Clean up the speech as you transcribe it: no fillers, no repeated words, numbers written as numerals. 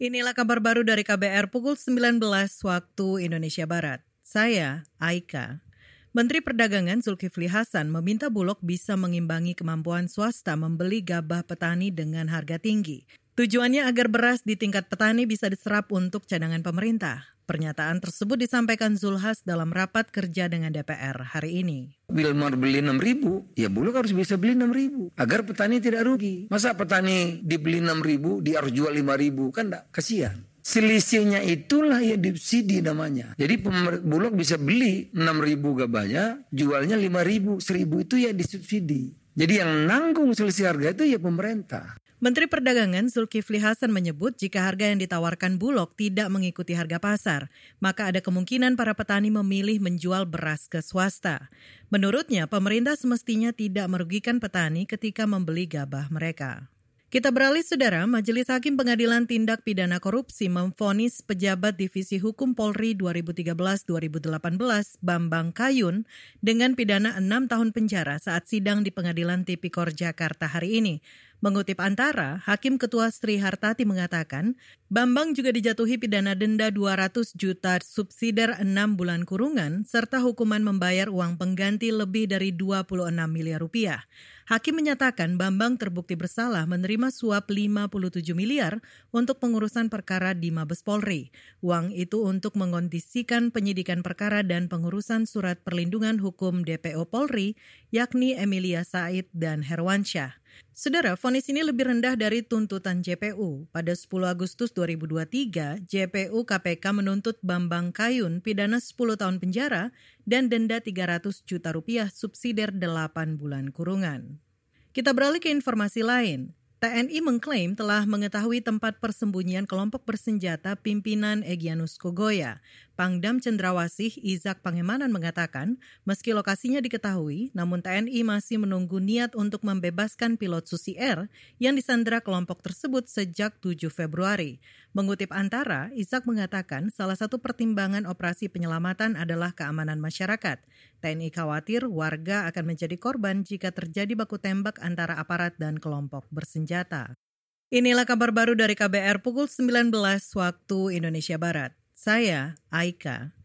Inilah kabar baru dari KBR pukul 19 waktu Indonesia Barat. Saya, Aika. Menteri Perdagangan Zulkifli Hasan meminta Bulog bisa mengimbangi kemampuan swasta membeli gabah petani dengan harga tinggi. Tujuannya agar beras di tingkat petani bisa diserap untuk cadangan pemerintah. Pernyataan tersebut disampaikan Zulhas dalam rapat kerja dengan DPR hari ini. Bila mau beli 6.000, ya Bulog harus bisa beli 6.000 agar petani tidak rugi. Masa petani dibeli 6.000, dia harus jual 5.000, kan enggak, kasihan. Selisihnya itulah ya subsidi namanya. Jadi Bulog bisa beli 6.000 gabahnya, jualnya 5.000, 1.000 itu ya disubsidi. Jadi yang nanggung selisih harga itu ya pemerintah. Menteri Perdagangan Zulkifli Hasan menyebut jika harga yang ditawarkan Bulog tidak mengikuti harga pasar, maka ada kemungkinan para petani memilih menjual beras ke swasta. Menurutnya, pemerintah semestinya tidak merugikan petani ketika membeli gabah mereka. Kita beralih, Saudara. Majelis Hakim Pengadilan Tindak Pidana Korupsi memvonis pejabat Divisi Hukum Polri 2013-2018 Bambang Kayun dengan pidana 6 tahun penjara saat sidang di Pengadilan Tipikor Jakarta hari ini. Mengutip Antara, Hakim Ketua Sri Hartati mengatakan, Bambang juga dijatuhi pidana denda 200 juta subsidiar 6 bulan kurungan, serta hukuman membayar uang pengganti lebih dari 26 miliar rupiah. Hakim menyatakan Bambang terbukti bersalah menerima suap 57 miliar untuk pengurusan perkara di Mabes Polri. Uang itu untuk mengondisikan penyidikan perkara dan pengurusan surat perlindungan hukum DPO Polri, yakni Emilia Said dan Herwansyah. Saudara, vonis ini lebih rendah dari tuntutan JPU. Pada 10 Agustus 2023, JPU KPK menuntut Bambang Kayun pidana 10 tahun penjara dan denda 300 juta rupiah subsidiar 8 bulan kurungan. Kita beralih ke informasi lain. TNI mengklaim telah mengetahui tempat persembunyian kelompok bersenjata pimpinan Egyanus Kogoya. Pangdam Cendrawasih Izak Pangemanan mengatakan, meski lokasinya diketahui, namun TNI masih menunggu niat untuk membebaskan pilot Susi Air yang disandra kelompok tersebut sejak 7 Februari. Mengutip Antara, Izak mengatakan salah satu pertimbangan operasi penyelamatan adalah keamanan masyarakat. TNI khawatir warga akan menjadi korban jika terjadi baku tembak antara aparat dan kelompok bersenjata. Inilah kabar baru dari KBR pukul 19 waktu Indonesia Barat. Saya, Aika.